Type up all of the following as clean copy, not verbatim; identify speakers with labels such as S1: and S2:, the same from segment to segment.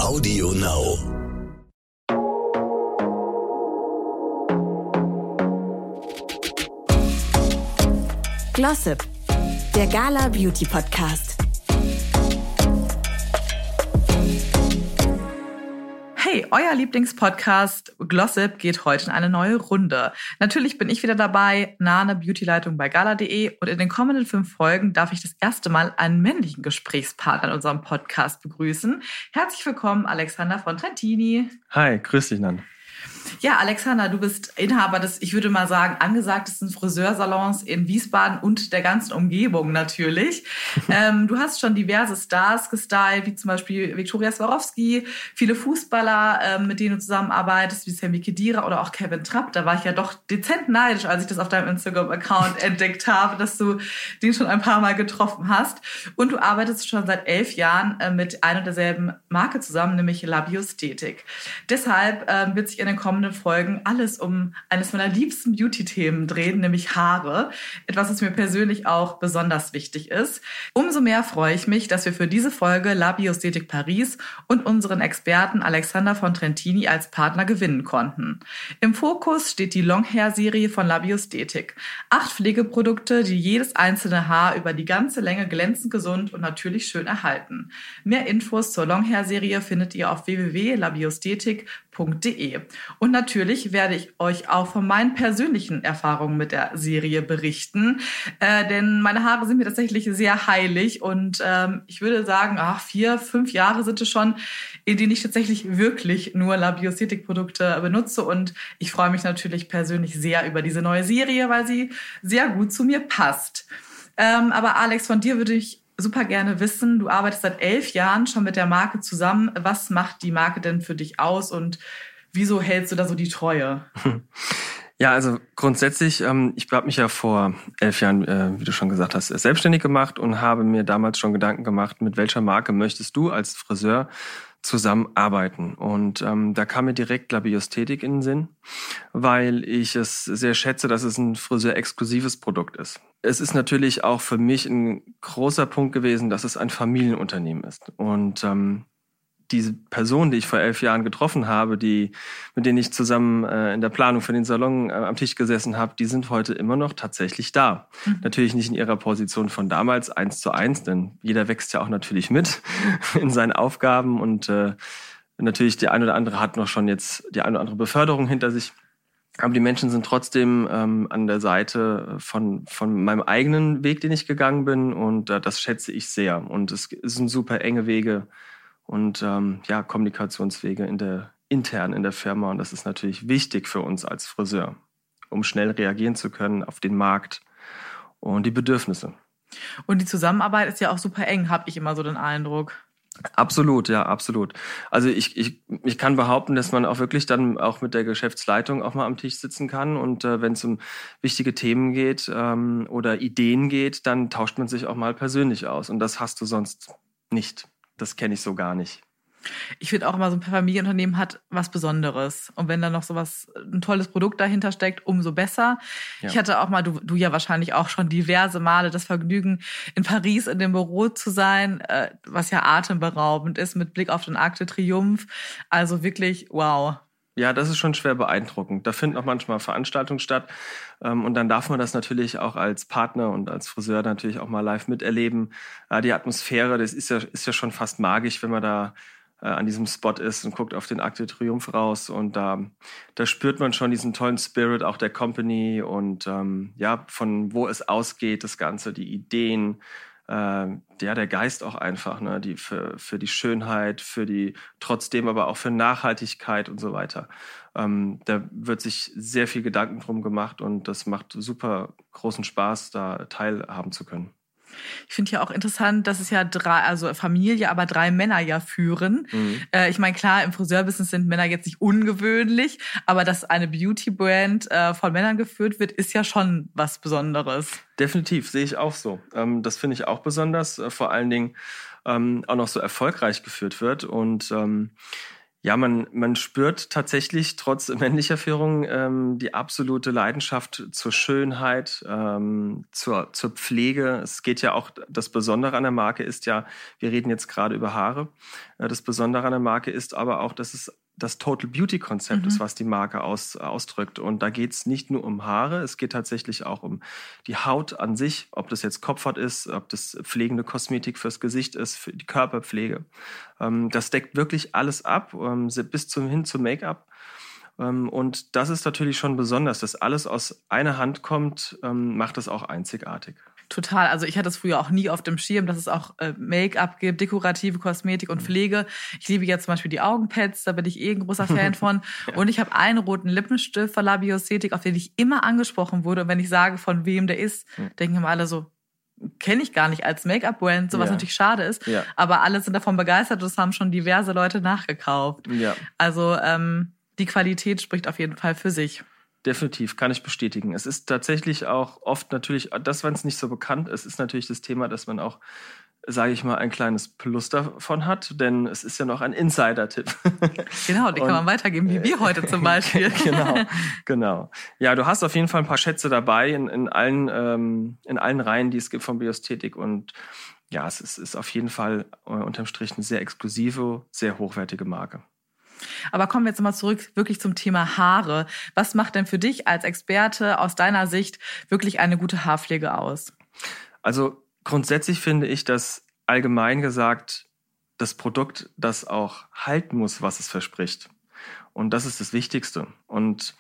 S1: Audio Now.
S2: Glossip, der Gala Beauty Podcast.
S3: Hey, euer Lieblingspodcast Glossip geht heute in eine neue Runde. Natürlich bin ich wieder dabei, Nane, Beautyleitung bei gala.de, und in den kommenden 5 Folgen darf ich das erste Mal einen männlichen Gesprächspartner in unserem Podcast begrüßen. Herzlich willkommen, Alexander von Trentini.
S4: Hi, grüß dich, Nan.
S3: Ja, Alexander, du bist Inhaber des, ich würde mal sagen, angesagtesten Friseursalons in Wiesbaden und der ganzen Umgebung natürlich. Du hast schon diverse Stars gestylt, wie zum Beispiel Viktoria Swarovski, viele Fußballer, mit denen du zusammenarbeitest, wie Sami Khedira oder auch Kevin Trapp. Da war ich ja doch dezent neidisch, als ich das auf deinem Instagram-Account entdeckt habe, dass du den schon ein paar Mal getroffen hast. Und du arbeitest schon seit 11 Jahren mit einer und derselben Marke zusammen, nämlich Labiosthetik. Deshalb wird sich in den kommenden Folgen alles um eines meiner liebsten Beauty-Themen drehen, nämlich Haare. Etwas, was mir persönlich auch besonders wichtig ist. Umso mehr freue ich mich, dass wir für diese Folge Labiosthetik Paris und unseren Experten Alexander von Trentini als Partner gewinnen konnten. Im Fokus steht die Longhair-Serie von Labiosthetik. 8 Pflegeprodukte, die jedes einzelne Haar über die ganze Länge glänzend, gesund und natürlich schön erhalten. Mehr Infos zur Longhair-Serie findet ihr auf www.labiosthetik.de. Und natürlich werde ich euch auch von meinen persönlichen Erfahrungen mit der Serie berichten, denn meine Haare sind mir tatsächlich sehr heilig und ich würde sagen, 4, 5 Jahre sind es schon, in denen ich tatsächlich wirklich nur Labiosthetik-Produkte benutze, und ich freue mich natürlich persönlich sehr über diese neue Serie, weil sie sehr gut zu mir passt. Aber Alex, von dir würde ich super gerne wissen, du arbeitest seit 11 Jahren schon mit der Marke zusammen. Was macht die Marke denn für dich aus und wieso hältst du da so die Treue?
S4: Ja, also grundsätzlich, ich habe mich ja vor 11 Jahren, wie du schon gesagt hast, selbstständig gemacht und habe mir damals schon Gedanken gemacht, mit welcher Marke möchtest du als Friseur zusammenarbeiten. Und da kam mir direkt Labiosthetik in den Sinn, weil ich es sehr schätze, dass es ein Friseur-exklusives Produkt ist. Es ist natürlich auch für mich ein großer Punkt gewesen, dass es ein Familienunternehmen ist. Und diese Personen, die ich vor 11 Jahren getroffen habe, mit denen ich zusammen in der Planung für den Salon am Tisch gesessen habe, die sind heute immer noch tatsächlich da. Natürlich nicht in ihrer Position von damals 1:1, denn jeder wächst ja auch natürlich mit in seinen Aufgaben, und natürlich der ein oder andere hat noch schon jetzt die eine oder andere Beförderung hinter sich. Aber die Menschen sind trotzdem an der Seite von meinem eigenen Weg, den ich gegangen bin, und das schätze ich sehr. Und es sind super enge Wege und Kommunikationswege intern in der Firma. Und das ist natürlich wichtig für uns als Friseur, um schnell reagieren zu können auf den Markt und die Bedürfnisse.
S3: Und die Zusammenarbeit ist ja auch super eng, habe ich immer so den Eindruck.
S4: Absolut, ja, absolut. Also ich kann behaupten, dass man auch wirklich dann auch mit der Geschäftsleitung auch mal am Tisch sitzen kann, und wenn es um wichtige Themen geht oder Ideen geht, dann tauscht man sich auch mal persönlich aus, und das hast du sonst nicht. Das kenne ich so gar nicht.
S3: Ich finde auch immer, so ein Familienunternehmen hat was Besonderes. Und wenn da noch ein tolles Produkt dahinter steckt, umso besser. Ja. Ich hatte auch mal, du ja wahrscheinlich auch schon diverse Male das Vergnügen, in Paris in dem Büro zu sein, was ja atemberaubend ist, mit Blick auf den Arc de Triomphe. Also wirklich, wow.
S4: Ja, das ist schon schwer beeindruckend. Da finden auch manchmal Veranstaltungen statt. Und dann darf man das natürlich auch als Partner und als Friseur natürlich auch mal live miterleben. Die Atmosphäre, das ist ja schon fast magisch, wenn man da an diesem Spot ist und guckt auf den Arc de Triomphe raus. Und da spürt man schon diesen tollen Spirit auch der Company und von wo es ausgeht, das Ganze, die Ideen. Der Geist auch einfach, ne, die für die Schönheit, trotzdem aber auch für Nachhaltigkeit und so weiter. Da wird sich sehr viel Gedanken drum gemacht, und das macht super großen Spaß, da teilhaben zu können.
S3: Ich finde ja auch interessant, dass es ja Familie, aber 3 Männer ja führen. Ich meine, klar, im Friseurbusiness sind Männer jetzt nicht ungewöhnlich, aber dass eine Beauty-Brand von Männern geführt wird, ist ja schon was Besonderes.
S4: Definitiv, sehe ich auch so. Das finde ich auch besonders, vor allen Dingen auch noch so erfolgreich geführt wird. Und Ja, man spürt tatsächlich trotz männlicher Führung die absolute Leidenschaft zur Schönheit, zur Pflege. Es geht ja auch, das Besondere an der Marke ist ja, wir reden jetzt gerade über Haare, das Besondere an der Marke ist aber auch, dass es das Total Beauty-Konzept ist, was die Marke ausdrückt. Und da geht es nicht nur um Haare, es geht tatsächlich auch um die Haut an sich, ob das jetzt Kopfhaut ist, ob das pflegende Kosmetik fürs Gesicht ist, für die Körperpflege. Das deckt wirklich alles ab, bis hin zum Make-up. Und das ist natürlich schon besonders, dass alles aus einer Hand kommt, macht es auch einzigartig.
S3: Total. Also ich hatte es früher auch nie auf dem Schirm, dass es auch Make-up gibt, dekorative Kosmetik und Pflege. Ich liebe jetzt zum Beispiel die Augenpads, da bin ich ein großer Fan von. Ja. Und ich habe einen roten Lippenstift von La Biostetik, auf den ich immer angesprochen wurde. Und wenn ich sage, von wem der ist, denken immer alle so, kenne ich gar nicht als Make-up-Brand, so was natürlich schade ist. Ja. Aber alle sind davon begeistert und es haben schon diverse Leute nachgekauft. Ja. Also die Qualität spricht auf jeden Fall für sich.
S4: Definitiv, kann ich bestätigen. Es ist tatsächlich auch oft natürlich, das, wenn es nicht so bekannt ist, ist natürlich das Thema, dass man auch, sage ich mal, ein kleines Plus davon hat, denn es ist ja noch ein Insider-Tipp.
S3: Genau, den kann man weitergeben, wie wir heute zum Beispiel.
S4: Genau. Ja, du hast auf jeden Fall ein paar Schätze dabei in allen Reihen, die es gibt von Biostetik, und ja, es ist auf jeden Fall unterm Strich eine sehr exklusive, sehr hochwertige Marke.
S3: Aber kommen wir jetzt mal zurück wirklich zum Thema Haare. Was macht denn für dich als Experte aus deiner Sicht wirklich eine gute Haarpflege aus?
S4: Also grundsätzlich finde ich, dass allgemein gesagt das Produkt das auch halten muss, was es verspricht. Und das ist das Wichtigste. Und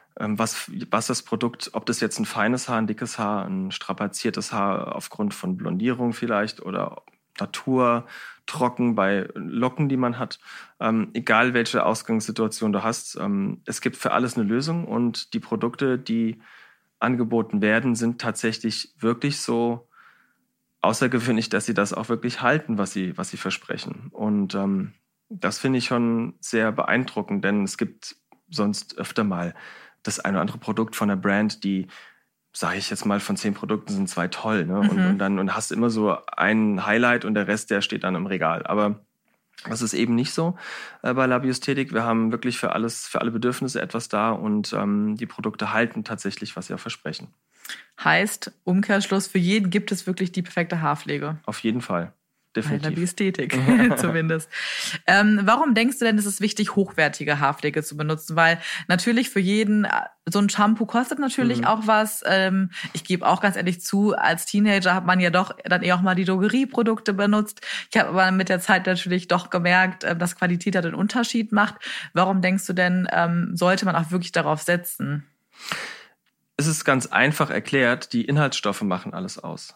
S4: was das Produkt, ob das jetzt ein feines Haar, ein dickes Haar, ein strapaziertes Haar aufgrund von Blondierung vielleicht oder Natur, trocken bei Locken, die man hat, egal welche Ausgangssituation du hast, es gibt für alles eine Lösung, und die Produkte, die angeboten werden, sind tatsächlich wirklich so außergewöhnlich, dass sie das auch wirklich halten, was sie versprechen. Und das finde ich schon sehr beeindruckend, denn es gibt sonst öfter mal das eine oder andere Produkt von einer Brand, die, sage ich jetzt mal, von 10 Produkten sind 2 toll, ne? Und hast immer so ein Highlight und der Rest, der steht dann im Regal. Aber das ist eben nicht so bei La Biostetik. Wir haben wirklich für alle Bedürfnisse etwas da, und die Produkte halten tatsächlich, was sie auch versprechen.
S3: Heißt, Umkehrschluss, für jeden gibt es wirklich die perfekte Haarpflege.
S4: Auf jeden Fall. Definitiv.
S3: Bei La Biostetik zumindest. Warum denkst du denn, ist es wichtig, hochwertige Haarpflege zu benutzen? Weil natürlich für jeden, so ein Shampoo kostet natürlich auch was. Ich gebe auch ganz ehrlich zu, als Teenager hat man ja doch dann eher auch mal die Drogerieprodukte benutzt. Ich habe aber mit der Zeit natürlich doch gemerkt, dass Qualität da den Unterschied macht. Warum denkst du denn, sollte man auch wirklich darauf setzen?
S4: Es ist ganz einfach erklärt, die Inhaltsstoffe machen alles aus.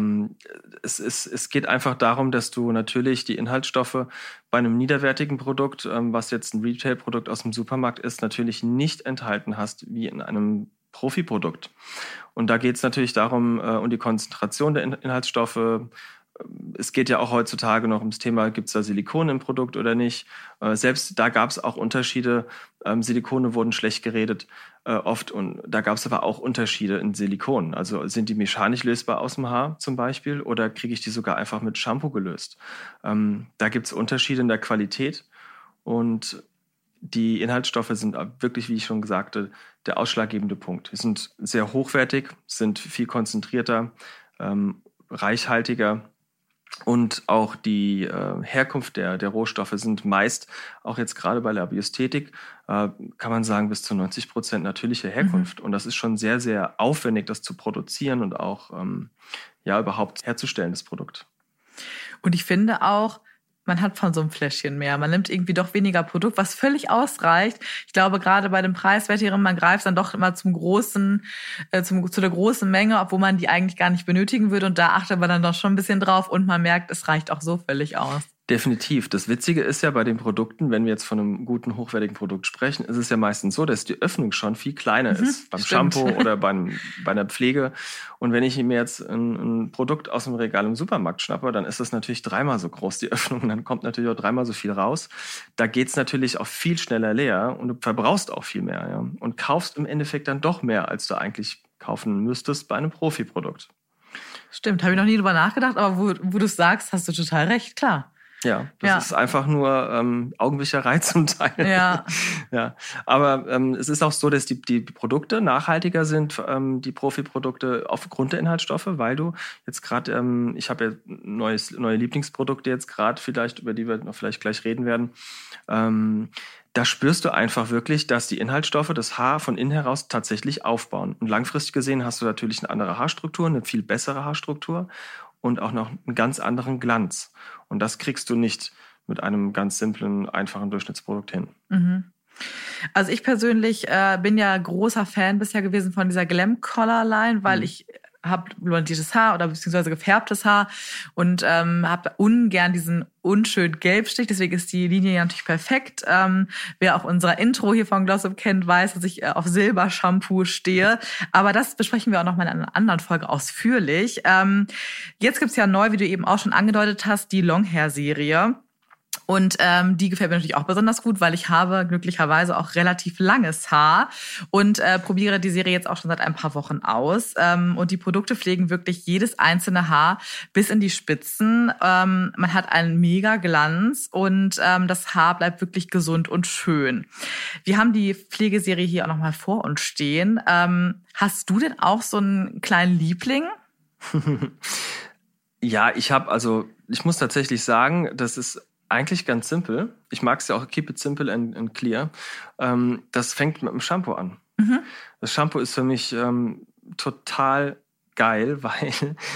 S4: Es geht einfach darum, dass du natürlich die Inhaltsstoffe bei einem niederwertigen Produkt, was jetzt ein Retail-Produkt aus dem Supermarkt ist, natürlich nicht enthalten hast wie in einem Profi-Produkt. Und da geht es natürlich darum, um die Konzentration der Inhaltsstoffe. Es geht ja auch heutzutage noch ums Thema, gibt es da Silikone im Produkt oder nicht. Selbst da gab es auch Unterschiede. Silikone wurden schlecht geredet oft, und da gab es aber auch Unterschiede in Silikonen. Also sind die mechanisch lösbar aus dem Haar zum Beispiel, oder kriege ich die sogar einfach mit Shampoo gelöst? Da gibt es Unterschiede in der Qualität, und die Inhaltsstoffe sind wirklich, wie ich schon sagte, der ausschlaggebende Punkt. Sie sind sehr hochwertig, sind viel konzentrierter, reichhaltiger. Und auch die Herkunft der Rohstoffe sind meist, auch jetzt gerade bei der Biostetik, kann man sagen, bis zu 90% natürliche Herkunft. Und das ist schon sehr, sehr aufwendig, das zu produzieren und auch überhaupt herzustellen, das Produkt.
S3: Und ich finde auch, man hat von so einem Fläschchen mehr. Man nimmt irgendwie doch weniger Produkt, was völlig ausreicht. Ich glaube, gerade bei dem Preiswertigeren, man greift dann doch immer zu der großen Menge, obwohl man die eigentlich gar nicht benötigen würde. Und da achtet man dann doch schon ein bisschen drauf, und man merkt, es reicht auch so völlig aus.
S4: Definitiv. Das Witzige ist ja bei den Produkten, wenn wir jetzt von einem guten, hochwertigen Produkt sprechen, ist es ja meistens so, dass die Öffnung schon viel kleiner ist. Beim Shampoo oder bei einer Pflege. Und wenn ich mir jetzt ein Produkt aus dem Regal im Supermarkt schnappe, dann ist das natürlich 3-mal so groß, die Öffnung. Und dann kommt natürlich auch 3-mal so viel raus. Da geht's natürlich auch viel schneller leer, und du verbrauchst auch viel mehr. Ja? Und kaufst im Endeffekt dann doch mehr, als du eigentlich kaufen müsstest bei einem Profi-Produkt.
S3: Stimmt, habe ich noch nie drüber nachgedacht, aber wo du es sagst, hast du total recht, klar.
S4: Ja, das ist einfach nur Augenwischerei zum Teil.
S3: Ja.
S4: Ja. Aber es ist auch so, dass die Produkte nachhaltiger sind, die Profi-Produkte aufgrund der Inhaltsstoffe, weil du jetzt gerade, ich habe ja neue Lieblingsprodukte jetzt gerade vielleicht, über die wir noch vielleicht gleich reden werden. Da spürst du einfach wirklich, dass die Inhaltsstoffe das Haar von innen heraus tatsächlich aufbauen. Und langfristig gesehen hast du natürlich eine andere Haarstruktur, eine viel bessere Haarstruktur und auch noch einen ganz anderen Glanz. Und das kriegst du nicht mit einem ganz simplen, einfachen Durchschnittsprodukt hin.
S3: Mhm. Also ich persönlich bin ja großer Fan bisher gewesen von dieser Glam Color Line, weil ich habe blondiertes Haar oder beziehungsweise gefärbtes Haar und habe ungern diesen unschönen Gelbstich. Deswegen ist die Linie ja natürlich perfekt. Wer auch unser Intro hier von Glossop kennt, weiß, dass ich auf Silbershampoo stehe. Aber das besprechen wir auch noch mal in einer anderen Folge ausführlich. Jetzt gibt's ja neu, wie du eben auch schon angedeutet hast, die Longhair-Serie. Und die gefällt mir natürlich auch besonders gut, weil ich habe glücklicherweise auch relativ langes Haar und probiere die Serie jetzt auch schon seit ein paar Wochen aus. Und die Produkte pflegen wirklich jedes einzelne Haar bis in die Spitzen. Man hat einen mega Glanz und das Haar bleibt wirklich gesund und schön. Wir haben die Pflegeserie hier auch nochmal vor uns stehen. Hast du denn auch so einen kleinen Liebling?
S4: Ja, ich muss tatsächlich sagen, das ist eigentlich ganz simpel. Ich mag es ja auch, keep it simple and clear. Das fängt mit dem Shampoo an. Mhm. Das Shampoo ist für mich total geil, weil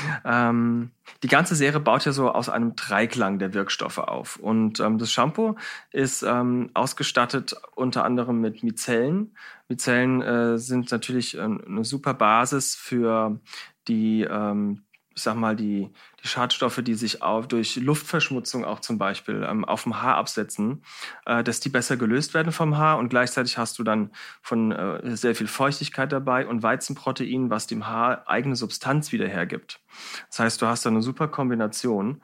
S4: die ganze Serie baut ja so aus einem Dreiklang der Wirkstoffe auf. Und das Shampoo ist ausgestattet unter anderem mit Mizellen. Mizellen sind natürlich eine super Basis für die die Schadstoffe, die sich durch Luftverschmutzung auch zum Beispiel auf dem Haar absetzen, dass die besser gelöst werden vom Haar und gleichzeitig hast du dann sehr viel Feuchtigkeit dabei und Weizenprotein, was dem Haar eigene Substanz wieder hergibt. Das heißt, du hast da eine super Kombination,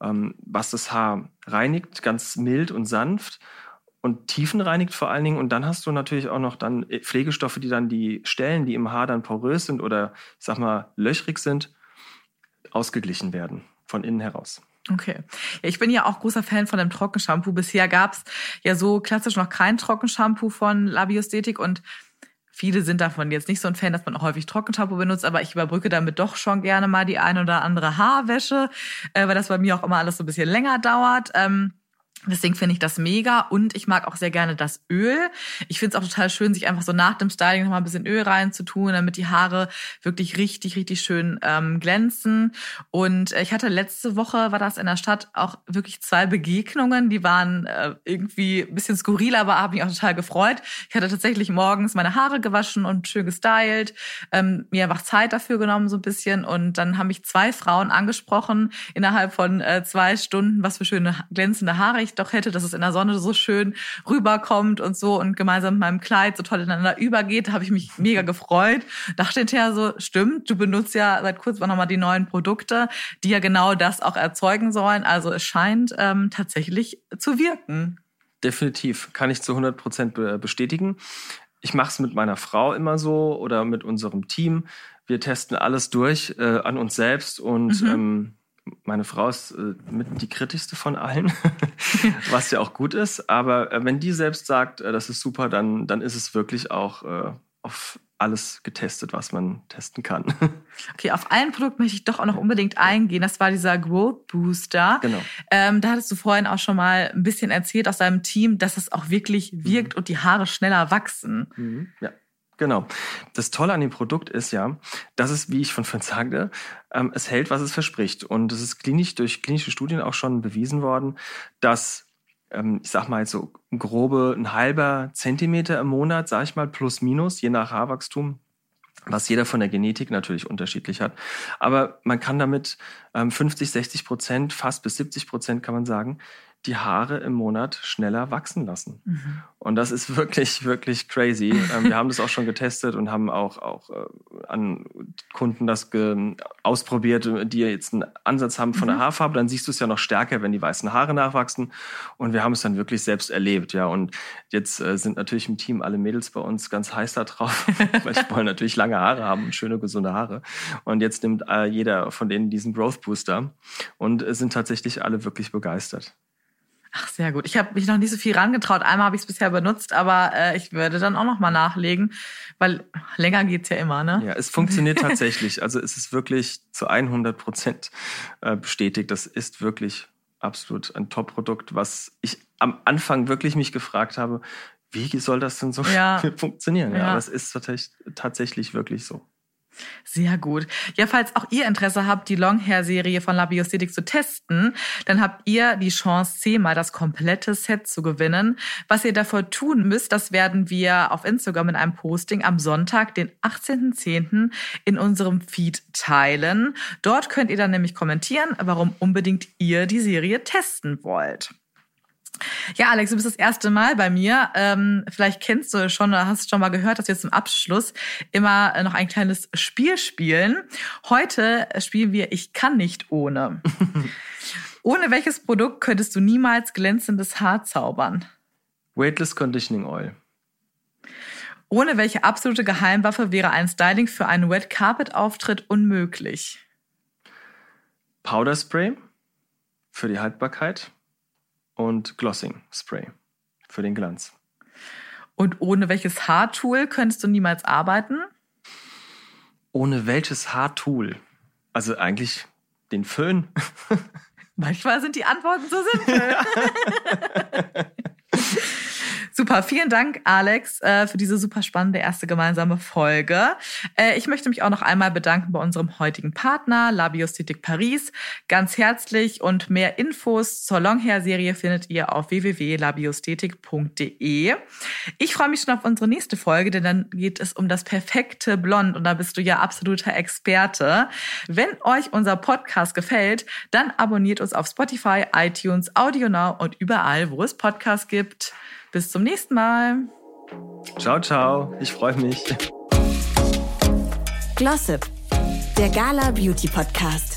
S4: was das Haar reinigt, ganz mild und sanft und tiefenreinigt vor allen Dingen. Und dann hast du natürlich auch noch dann Pflegestoffe, die dann die Stellen, die im Haar dann porös sind oder ich sag mal löchrig sind, ausgeglichen werden, von innen heraus.
S3: Okay. Ja, ich bin ja auch großer Fan von dem Trockenshampoo. Bisher gab's ja so klassisch noch kein Trockenshampoo von La Biostetik und viele sind davon jetzt nicht so ein Fan, dass man auch häufig Trockenshampoo benutzt, aber ich überbrücke damit doch schon gerne mal die ein oder andere Haarwäsche, weil das bei mir auch immer alles so ein bisschen länger dauert. Deswegen finde ich das mega und ich mag auch sehr gerne das Öl. Ich finde es auch total schön, sich einfach so nach dem Styling noch mal ein bisschen Öl reinzutun, damit die Haare wirklich richtig, richtig schön glänzen. Und ich hatte letzte Woche, war das in der Stadt, auch wirklich 2 Begegnungen. Die waren irgendwie ein bisschen skurril, aber haben mich auch total gefreut. Ich hatte tatsächlich morgens meine Haare gewaschen und schön gestylt, mir einfach Zeit dafür genommen so ein bisschen. Und dann haben mich 2 Frauen angesprochen innerhalb von 2 Stunden, was für schöne glänzende Haare ich doch hätte, dass es in der Sonne so schön rüberkommt und so und gemeinsam mit meinem Kleid so toll ineinander übergeht. Da habe ich mich mega gefreut. Dachte hinterher so, stimmt, du benutzt ja seit kurzem auch nochmal die neuen Produkte, die ja genau das auch erzeugen sollen. Also es scheint tatsächlich zu wirken.
S4: Definitiv, kann ich zu 100% bestätigen. Ich mache es mit meiner Frau immer so oder mit unserem Team. Wir testen alles durch an uns selbst und meine Frau ist mit die kritischste von allen, was ja auch gut ist. Aber wenn die selbst sagt, das ist super, dann ist es wirklich auch auf alles getestet, was man testen kann.
S3: Okay, auf ein Produkt möchte ich doch auch noch unbedingt eingehen. Das war dieser Growth Booster.
S4: Genau.
S3: Da hattest du vorhin auch schon mal ein bisschen erzählt aus deinem Team, dass es auch wirklich wirkt und die Haare schneller wachsen.
S4: Ja. Genau. Das Tolle an dem Produkt ist ja, dass es, wie ich von sagte, es hält, was es verspricht. Und es ist durch klinische Studien auch schon bewiesen worden, dass, ich sag mal jetzt so grobe ein halber Zentimeter im Monat, sag ich mal, plus minus, je nach Haarwachstum, was jeder von der Genetik natürlich unterschiedlich hat. Aber man kann damit 50-60%, fast bis 70% kann man sagen, die Haare im Monat schneller wachsen lassen. Und das ist wirklich, wirklich crazy. Wir haben das auch schon getestet und haben auch an Kunden das ausprobiert, die jetzt einen Ansatz haben von der Haarfarbe. Dann siehst du es ja noch stärker, wenn die weißen Haare nachwachsen. Und wir haben es dann wirklich selbst erlebt. Ja. Und jetzt sind natürlich im Team alle Mädels bei uns ganz heiß da drauf, weil die wollen natürlich lange Haare haben und schöne, gesunde Haare. Und jetzt nimmt jeder von denen diesen Growth Booster und sind tatsächlich alle wirklich begeistert.
S3: Ach, sehr gut. Ich habe mich noch nicht so viel rangetraut. Einmal habe ich es bisher benutzt, aber ich würde dann auch noch mal nachlegen, weil länger geht's ja immer, ne?
S4: Ja, es funktioniert tatsächlich. Also es ist wirklich zu 100% bestätigt. Das ist wirklich absolut ein Top-Produkt, was ich am Anfang wirklich mich gefragt habe, wie soll das denn so funktionieren? Ja, aber es ist tatsächlich wirklich so.
S3: Sehr gut. Ja, falls auch ihr Interesse habt, die Longhair-Serie von Labiosthetik zu testen, dann habt ihr die Chance, 10-mal das komplette Set zu gewinnen. Was ihr dafür tun müsst, das werden wir auf Instagram in einem Posting am Sonntag, den 18.10. in unserem Feed teilen. Dort könnt ihr dann nämlich kommentieren, warum unbedingt ihr die Serie testen wollt. Ja, Alex, du bist das erste Mal bei mir. Vielleicht kennst du schon oder hast schon mal gehört, dass wir zum Abschluss immer noch ein kleines Spiel spielen. Heute spielen wir Ich kann nicht ohne. Ohne welches Produkt könntest du niemals glänzendes Haar zaubern?
S4: Weightless Conditioning Oil.
S3: Ohne welche absolute Geheimwaffe wäre ein Styling für einen Red Carpet Auftritt unmöglich?
S4: Powder Spray für die Haltbarkeit. Und Glossing Spray für den Glanz.
S3: Und ohne welches Haartool könntest du niemals arbeiten?
S4: Ohne welches Haartool? Also eigentlich den Föhn.
S3: Manchmal sind die Antworten so simpel. Super, vielen Dank, Alex, für diese super spannende erste gemeinsame Folge. Ich möchte mich auch noch einmal bedanken bei unserem heutigen Partner, Labiosthetik Paris. Ganz herzlich und mehr Infos zur Longhair-Serie findet ihr auf www.labiosthetik.de. Ich freue mich schon auf unsere nächste Folge, denn dann geht es um das perfekte Blond und da bist du ja absoluter Experte. Wenn euch unser Podcast gefällt, dann abonniert uns auf Spotify, iTunes, AudioNow und überall, wo es Podcasts gibt. Bis zum nächsten Mal.
S4: Ciao, ciao. Ich freue mich.
S2: Glossip, der Gala Beauty Podcast.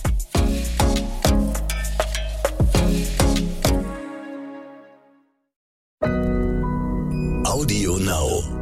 S1: AudioNow.